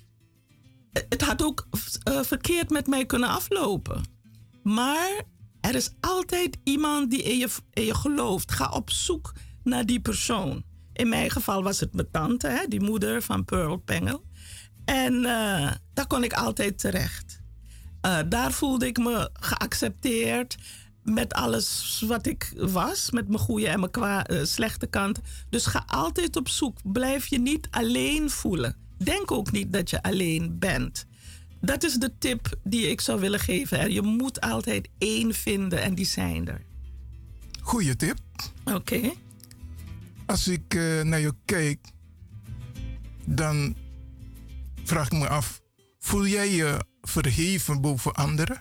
het had ook uh, verkeerd met mij kunnen aflopen. Maar er is altijd iemand die in je, in je gelooft. Ga op zoek naar die persoon. In mijn geval was het mijn tante, hè, die moeder van Pearl Pengel. En uh, daar kon ik altijd terecht. Uh, daar voelde ik me geaccepteerd met alles wat ik was, met mijn goede en mijn kwa- uh, slechte kant. Dus ga altijd op zoek. Blijf je niet alleen voelen. Denk ook niet dat je alleen bent. Dat is de tip die ik zou willen geven. Je moet altijd één vinden en die zijn er. Goeie tip. Oké. Okay. Als ik uh, naar je kijk, dan vraag ik me af, voel jij je verheven boven anderen?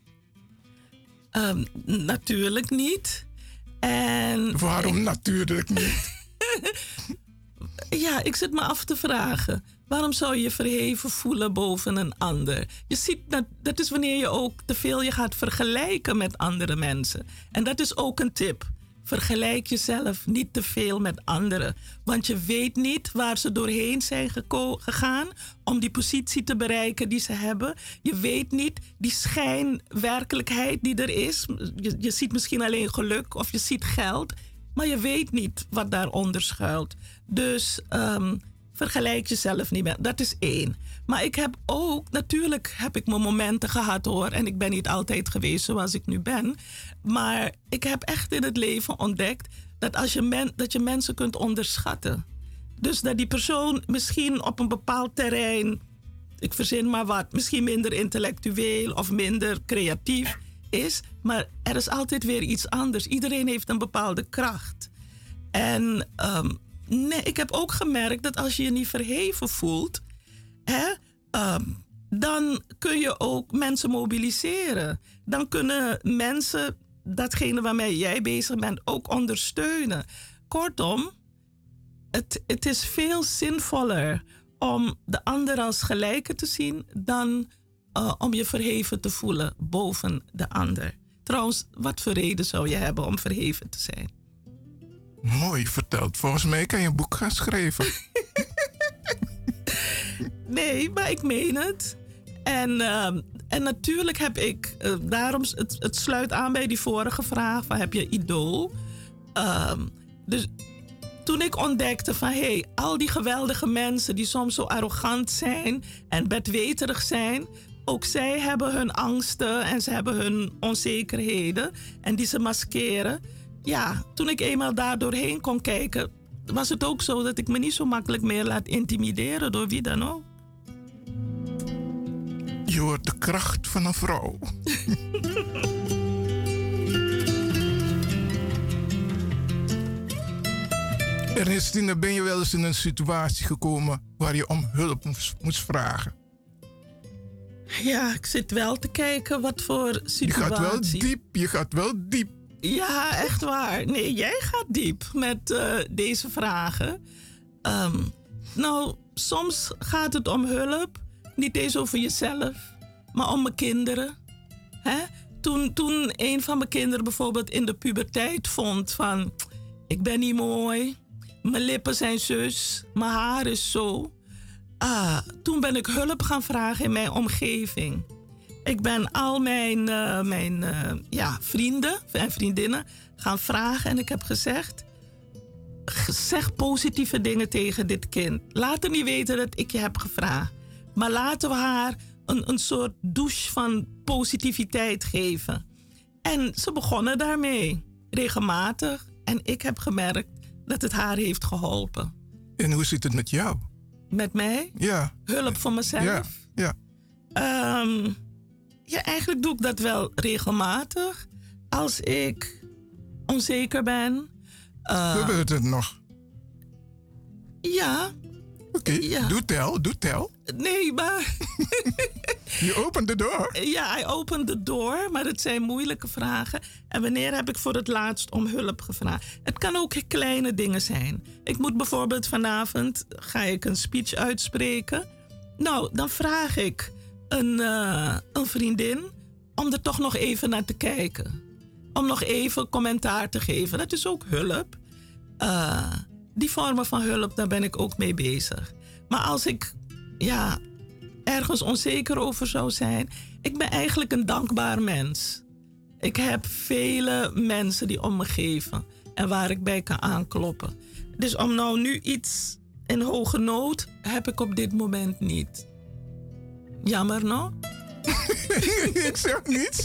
Um, natuurlijk niet. En waarom ik... natuurlijk niet? Ja, ik zit me af te vragen. Waarom zou je je verheven voelen boven een ander? Je ziet, dat, dat is wanneer je ook te veel je gaat vergelijken met andere mensen. En dat is ook een tip. vergelijk jezelf niet te veel met anderen. Want je weet niet waar ze doorheen zijn geko- gegaan om die positie te bereiken die ze hebben. Je weet niet die schijnwerkelijkheid die er is. Je, je ziet misschien alleen geluk of je ziet geld. Maar je weet niet wat daaronder schuilt. Dus um, vergelijk jezelf niet meer. Dat is één. Maar ik heb ook, natuurlijk heb ik mijn momenten gehad hoor. En ik ben niet altijd geweest zoals ik nu ben. Maar ik heb echt in het leven ontdekt dat, als je, men, dat je mensen kunt onderschatten. Dus dat die persoon misschien op een bepaald terrein, ik verzin maar wat, misschien minder intellectueel of minder creatief is. Maar er is altijd weer iets anders. Iedereen heeft een bepaalde kracht. En um, nee, ik heb ook gemerkt dat als je je niet verheven voelt, hè, um, dan kun je ook mensen mobiliseren. Dan kunnen mensen datgene waarmee jij bezig bent ook ondersteunen. Kortom, het, het is veel zinvoller om de ander als gelijke te zien dan uh, om je verheven te voelen boven de ander. Trouwens, wat voor reden zou je hebben om verheven te zijn? Mooi verteld. Volgens mij kan je een boek gaan schrijven. Nee, maar ik meen het. En, uh, en natuurlijk heb ik, uh, daarom, het, het sluit aan bij die vorige vraag, van heb je idool? Uh, dus toen ik ontdekte van, hé, hey, al die geweldige mensen die soms zo arrogant zijn en bedweterig zijn, ook zij hebben hun angsten en ze hebben hun onzekerheden en die ze maskeren. Ja, toen ik eenmaal daar doorheen kon kijken, was het ook zo dat ik me niet zo makkelijk meer laat intimideren door wie dan ook. Je hoort de kracht van een vrouw. Ernestine, ben je wel eens in een situatie gekomen waar je om hulp moest vragen? Ja, ik zit wel te kijken wat voor situatie. Je gaat wel diep, je gaat wel diep. Ja, echt waar. Nee, jij gaat diep met uh, deze vragen. Um, nou, soms gaat het om hulp. Niet eens over jezelf, maar om mijn kinderen. Hè? Toen, toen een van mijn kinderen bijvoorbeeld in de puberteit vond van, ik ben niet mooi, mijn lippen zijn zus, mijn haar is zo. Ah, toen ben ik hulp gaan vragen in mijn omgeving. Ik ben al mijn, uh, mijn uh, ja, vrienden en vriendinnen gaan vragen en ik heb gezegd, zeg positieve dingen tegen dit kind. Laat haar niet weten dat ik je heb gevraagd. Maar laten we haar een, een soort douche van positiviteit geven. En ze begonnen daarmee, regelmatig. En ik heb gemerkt dat het haar heeft geholpen. En hoe zit het met jou? Met mij? Ja. Hulp voor mezelf? Ja, ja. Um, ja, eigenlijk doe ik dat wel regelmatig. Als ik onzeker ben. Uh, Gebeurt het nog? Ja. Oké, okay. Ja. Doe tel, doe tel. Nee, maar... Je opent de door. Ja, hij opent de door, maar het zijn moeilijke vragen. En wanneer heb ik voor het laatst om hulp gevraagd? Het kan ook kleine dingen zijn. Ik moet bijvoorbeeld vanavond, ga ik een speech uitspreken. Nou, dan vraag ik een, uh, een vriendin om er toch nog even naar te kijken. Om nog even commentaar te geven. Dat is ook hulp. Uh, die vormen van hulp, daar ben ik ook mee bezig. Maar als ik ja, ergens onzeker over zou zijn, ik ben eigenlijk een dankbaar mens. Ik heb vele mensen die om me geven en waar ik bij kan aankloppen. Dus om nou nu iets in hoge nood heb ik op dit moment niet. Jammer, no? Ik zeg niets.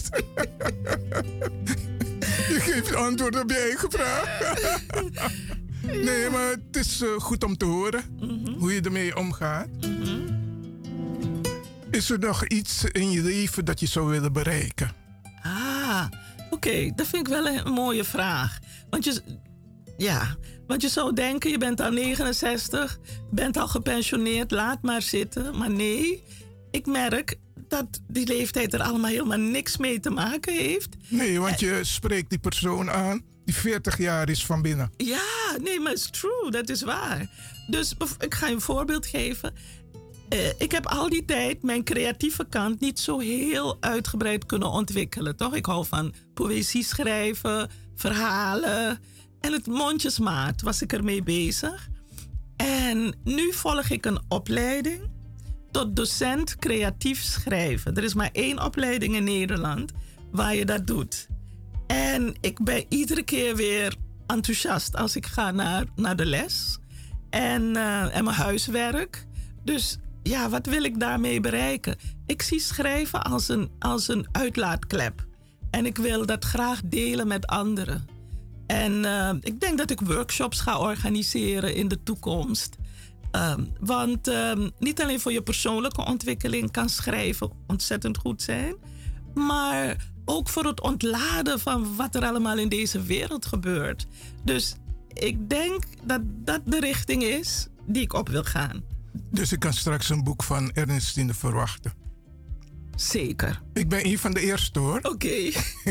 Je geeft antwoord op je eigen vraag. Nee, maar het is uh, goed om te horen mm-hmm. hoe je ermee omgaat. Mm-hmm. Is er nog iets in je leven dat je zou willen bereiken? Ah, oké. Okay. Dat vind ik wel een mooie vraag. Want je, ja, want je zou denken, je bent al negenenzestig, bent al gepensioneerd, laat maar zitten. Maar nee, ik merk dat die leeftijd er allemaal helemaal niks mee te maken heeft. Nee, want je spreekt die persoon aan die veertig jaar is van binnen. Ja, nee, maar het is true, dat is waar. Dus ik ga je een voorbeeld geven. Uh, ik heb al die tijd mijn creatieve kant niet zo heel uitgebreid kunnen ontwikkelen, toch? Ik hou van poëzie schrijven, verhalen. En het mondjesmaat was ik ermee bezig. En nu volg ik een opleiding tot docent creatief schrijven. Er is maar één opleiding in Nederland waar je dat doet. En ik ben iedere keer weer enthousiast als ik ga naar, naar de les. En, uh, en mijn huiswerk. Dus ja, wat wil ik daarmee bereiken? Ik zie schrijven als een, als een uitlaatklep. En ik wil dat graag delen met anderen. En uh, ik denk dat ik workshops ga organiseren in de toekomst. Um, want um, niet alleen voor je persoonlijke ontwikkeling kan schrijven ontzettend goed zijn. Maar ook voor het ontladen van wat er allemaal in deze wereld gebeurt. Dus ik denk dat dat de richting is die ik op wil gaan. Dus ik kan straks een boek van Ernestine verwachten? Zeker. Ik ben een van de eerste hoor. Oké. Okay.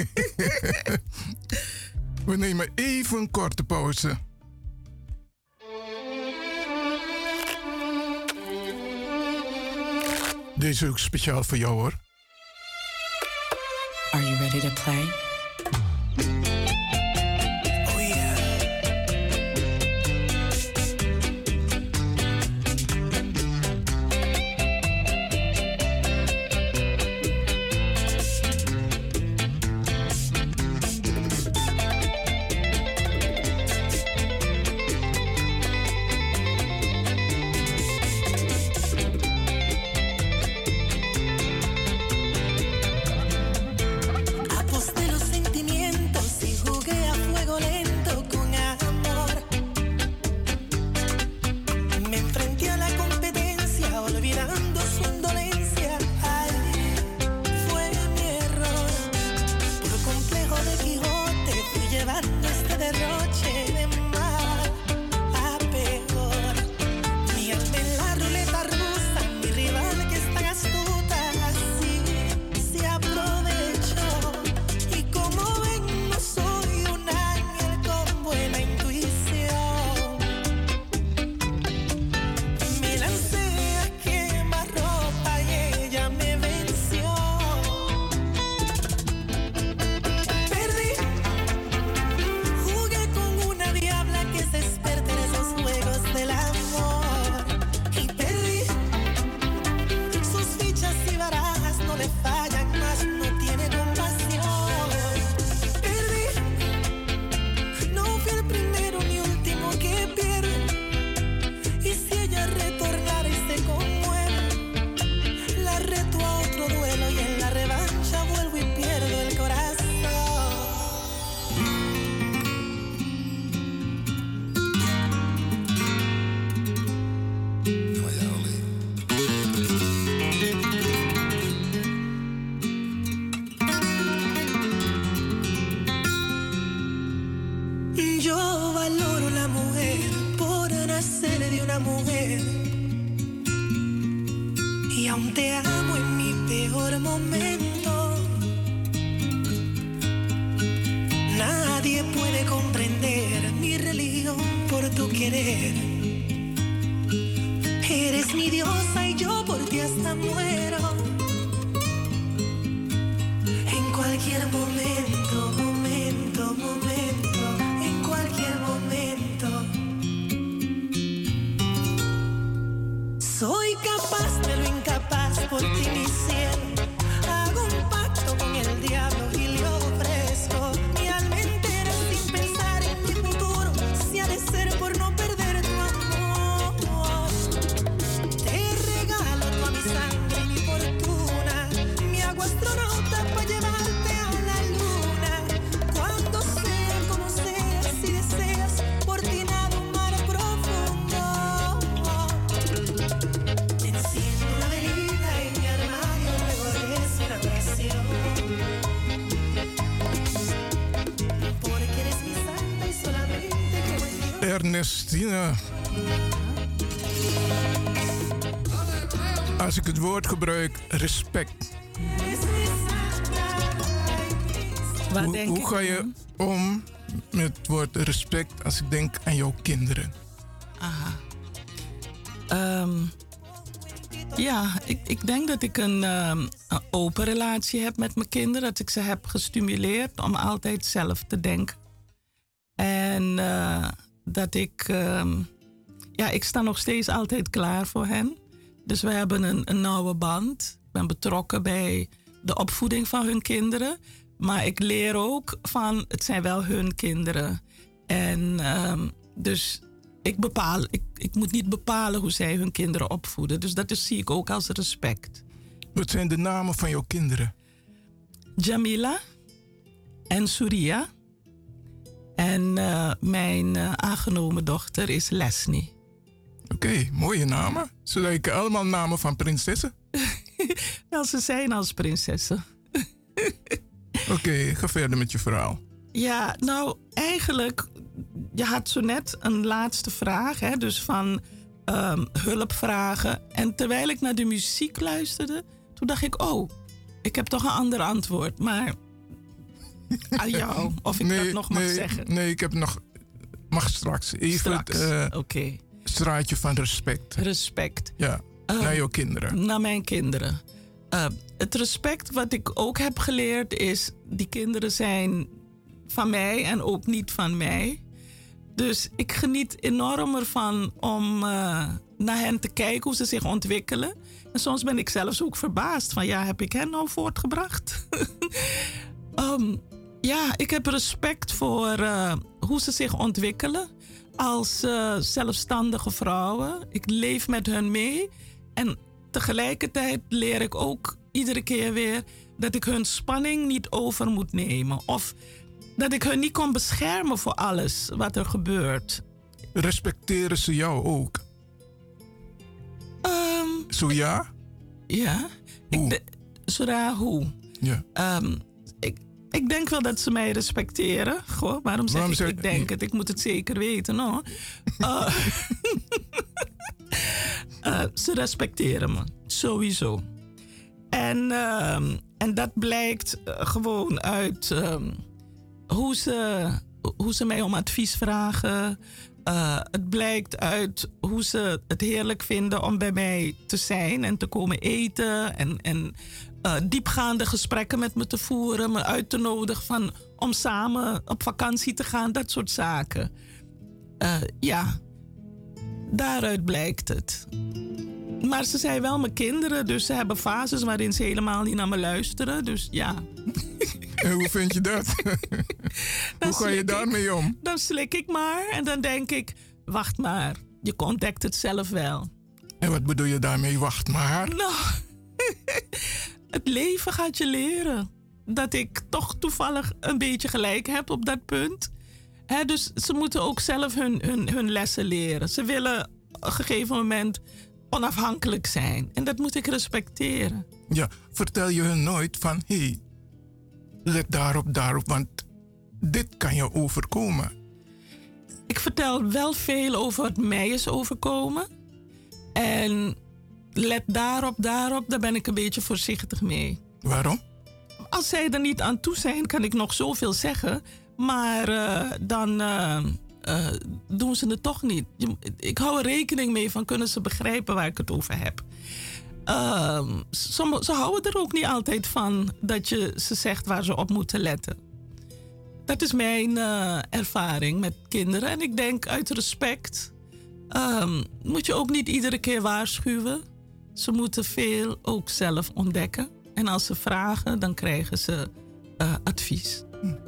We nemen even een korte pauze. Deze is ook speciaal voor jou hoor. Are you ready to play? Ernestina. Als ik het woord gebruik, respect. Wat hoe denk hoe ik ga je om met het woord respect als ik denk aan jouw kinderen? Aha. Um, ja, ik, ik denk dat ik een, um, een open relatie heb met mijn kinderen. Dat ik ze heb gestimuleerd om altijd zelf te denken. En uh, dat ik... Uh, ja, ik sta nog steeds altijd klaar voor hen. Dus we hebben een, een nauwe band. Ik ben betrokken bij de opvoeding van hun kinderen. Maar ik leer ook van, het zijn wel hun kinderen. En uh, dus ik, bepaal, ik, ik moet niet bepalen hoe zij hun kinderen opvoeden. Dus dat is, zie ik ook als respect. Wat zijn de namen van jouw kinderen? Jamila en Surya. En uh, mijn uh, aangenomen dochter is Leslie. Oké, okay, mooie namen. Ze lijken allemaal namen van prinsessen. Wel, ze zijn als prinsessen. Oké, okay, ga verder met je verhaal. Ja, nou eigenlijk, je had zo net een laatste vraag, hè, dus van um, hulpvragen. En terwijl ik naar de muziek luisterde, toen dacht ik, oh, ik heb toch een ander antwoord. Maar aan jou, of ik nee, dat nog mag nee, zeggen. Nee, ik heb nog, mag straks even straks. het uh, okay. straatje van respect. Respect. Ja, uh, naar jouw kinderen. Naar mijn kinderen. Uh, het respect wat ik ook heb geleerd is, die kinderen zijn van mij en ook niet van mij. Dus ik geniet enorm ervan om uh, naar hen te kijken, hoe ze zich ontwikkelen. En soms ben ik zelfs ook verbaasd van, ja, heb ik hen nou voortgebracht? um, ja, ik heb respect voor uh, hoe ze zich ontwikkelen als uh, zelfstandige vrouwen. Ik leef met hen mee en tegelijkertijd leer ik ook iedere keer weer dat ik hun spanning niet over moet nemen. Of dat ik hun niet kon beschermen voor alles wat er gebeurt. Respecteren ze jou ook? Um, Zo ja? Ja. Hoe? Ik Zodra hoe? Ja. Um, ik, ik denk wel dat ze mij respecteren. Goh, waarom zeg waarom ik, zeg... ik denk het? Ik moet het zeker weten, hoor. Uh, uh, ze respecteren me, sowieso. En, uh, en dat blijkt uh, gewoon uit uh, hoe, ze, hoe ze mij om advies vragen. Uh, het blijkt uit hoe ze het heerlijk vinden om bij mij te zijn en te komen eten. En, en uh, diepgaande gesprekken met me te voeren, me uit te nodigen van, om samen op vakantie te gaan, dat soort zaken. Uh, ja, daaruit blijkt het. Maar ze zijn wel mijn kinderen, dus ze hebben fases waarin ze helemaal niet naar me luisteren. Dus ja. En hoe vind je dat? Hoe ga je daarmee ik, om? Dan slik ik maar en dan denk ik, wacht maar, je ontdekt het zelf wel. En wat bedoel je daarmee, wacht maar? Nou, het leven gaat je leren. Dat ik toch toevallig een beetje gelijk heb op dat punt. He, dus ze moeten ook zelf hun, hun, hun lessen leren. Ze willen op een gegeven moment onafhankelijk zijn. En dat moet ik respecteren. Ja, vertel je hun nooit van, hé, hey, let daarop, daarop, want dit kan je overkomen. Ik vertel wel veel over wat mij is overkomen. En let daarop, daarop, daar ben ik een beetje voorzichtig mee. Waarom? Als zij er niet aan toe zijn, kan ik nog zoveel zeggen. Maar uh, dan uh, uh, doen ze het toch niet. Ik hou er rekening mee van, kunnen ze begrijpen waar ik het over heb. Uh, ze, ze houden er ook niet altijd van dat je ze zegt waar ze op moeten letten. Dat is mijn uh, ervaring met kinderen. En ik denk uit respect um, moet je ook niet iedere keer waarschuwen. Ze moeten veel ook zelf ontdekken. En als ze vragen, dan krijgen ze uh, advies.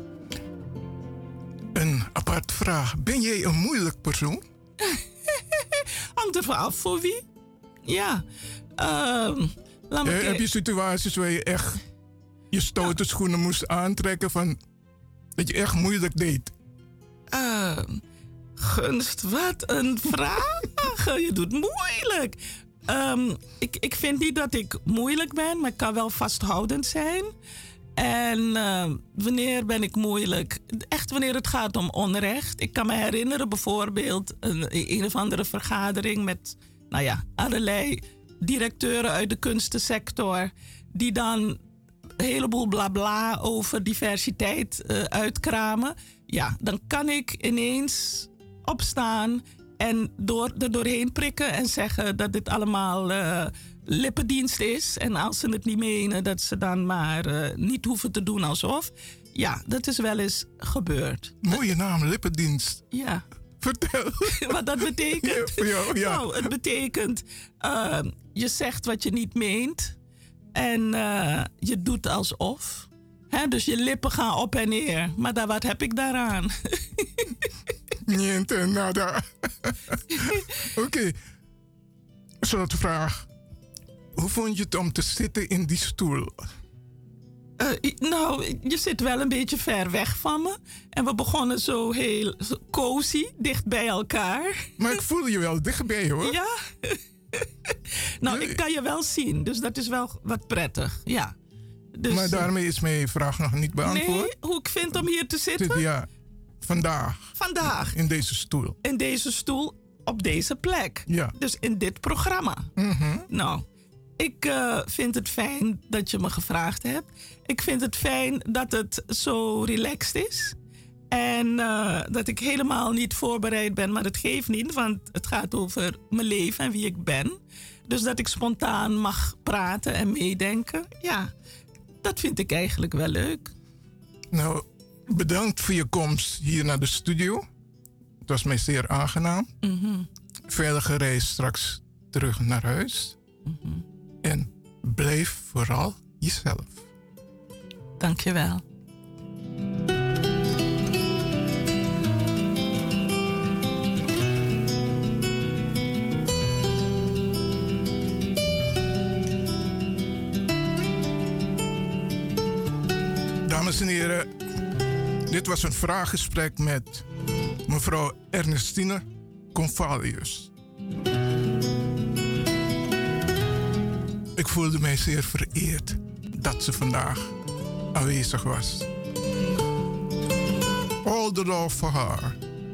Een apart vraag. Ben jij een moeilijk persoon? Hangt er vanaf voor wie? Ja. Uh, laat me eh, heb je situaties waar je echt je stoute ja. schoenen moest aantrekken van dat je echt moeilijk deed? Uh, gunst, wat een vraag. Je doet moeilijk. Um, ik, ik vind niet dat ik moeilijk ben, maar ik kan wel vasthoudend zijn. En uh, wanneer ben ik moeilijk? Echt wanneer het gaat om onrecht. Ik kan me herinneren bijvoorbeeld een, een of andere vergadering met, nou ja, allerlei directeuren uit de kunstensector die dan een heleboel blabla over diversiteit uh, uitkramen. Ja, dan kan ik ineens opstaan en door, er doorheen prikken en zeggen dat dit allemaal uh, lippendienst is. En als ze het niet menen, dat ze dan maar uh, niet hoeven te doen alsof. ja, dat is wel eens gebeurd. Mooie naam, lippendienst. Ja. Vertel. Wat dat betekent? Ja, voor jou, ja. Nou, het betekent, uh, je zegt wat je niet meent. En uh, je doet alsof. Hè? Dus je lippen gaan op en neer. Maar daar, wat heb ik daaraan? Niente, nada. Oké. Okay. Slotvraag. Hoe vond je het om te zitten in die stoel? Uh, nou, je zit wel een beetje ver weg van me. En we begonnen zo heel cozy, dicht bij elkaar. Maar ik voel je wel dichtbij, hoor. Ja? Nou, ik kan je wel zien. Dus dat is wel wat prettig, ja. Dus, maar daarmee is mijn vraag nog niet beantwoord. Nee, hoe ik vind om hier te zitten? Ja, vandaag. Vandaag. In deze stoel. In deze stoel, op deze plek. Ja. Dus in dit programma. Mm-hmm. Nou, ik uh, vind het fijn dat je me gevraagd hebt. Ik vind het fijn dat het zo relaxed is. En uh, dat ik helemaal niet voorbereid ben. Maar dat geeft niet, want het gaat over mijn leven en wie ik ben. Dus dat ik spontaan mag praten en meedenken. Ja, dat vind ik eigenlijk wel leuk. Nou, bedankt voor je komst hier naar de studio. Het was mij zeer aangenaam. Mm-hmm. Veilige reis straks terug naar huis. Mm-hmm. En blijf vooral jezelf. Dank je wel. Dames en heren, dit was een vraaggesprek met mevrouw Ernestine Convalius. Ik voelde mij zeer vereerd dat ze vandaag aanwezig was. All the love for her.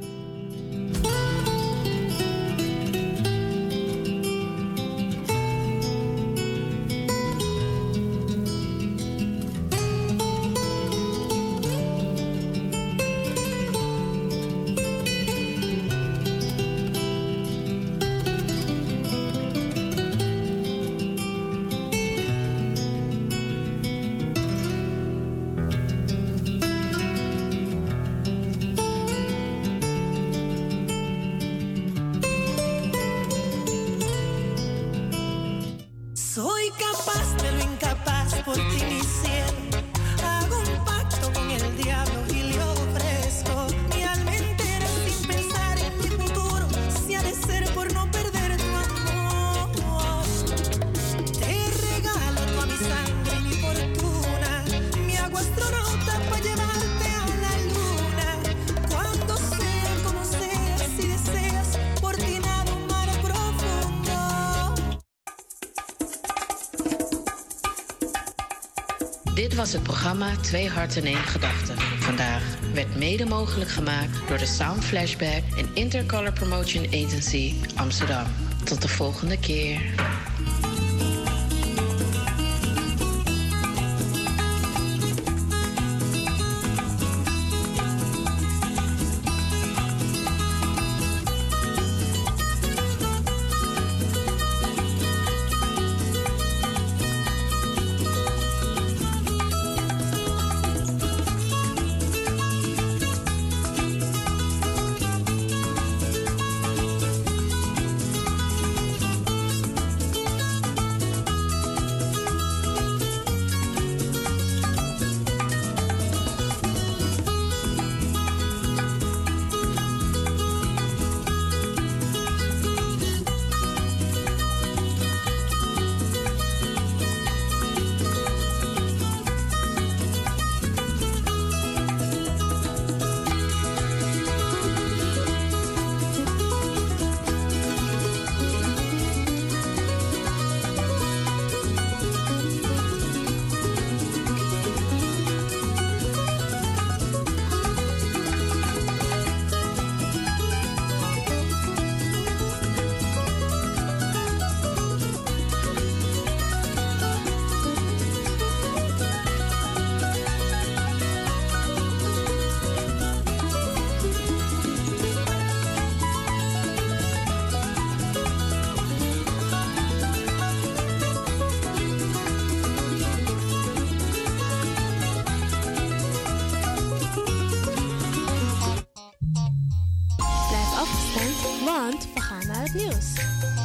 Dit was het programma Twee Harten één Gedachte. Vandaag werd mede mogelijk gemaakt door de Sound Flashback en Intercolor Promotion Agency Amsterdam. Tot de volgende keer. bent, want we gaan naar het nieuws.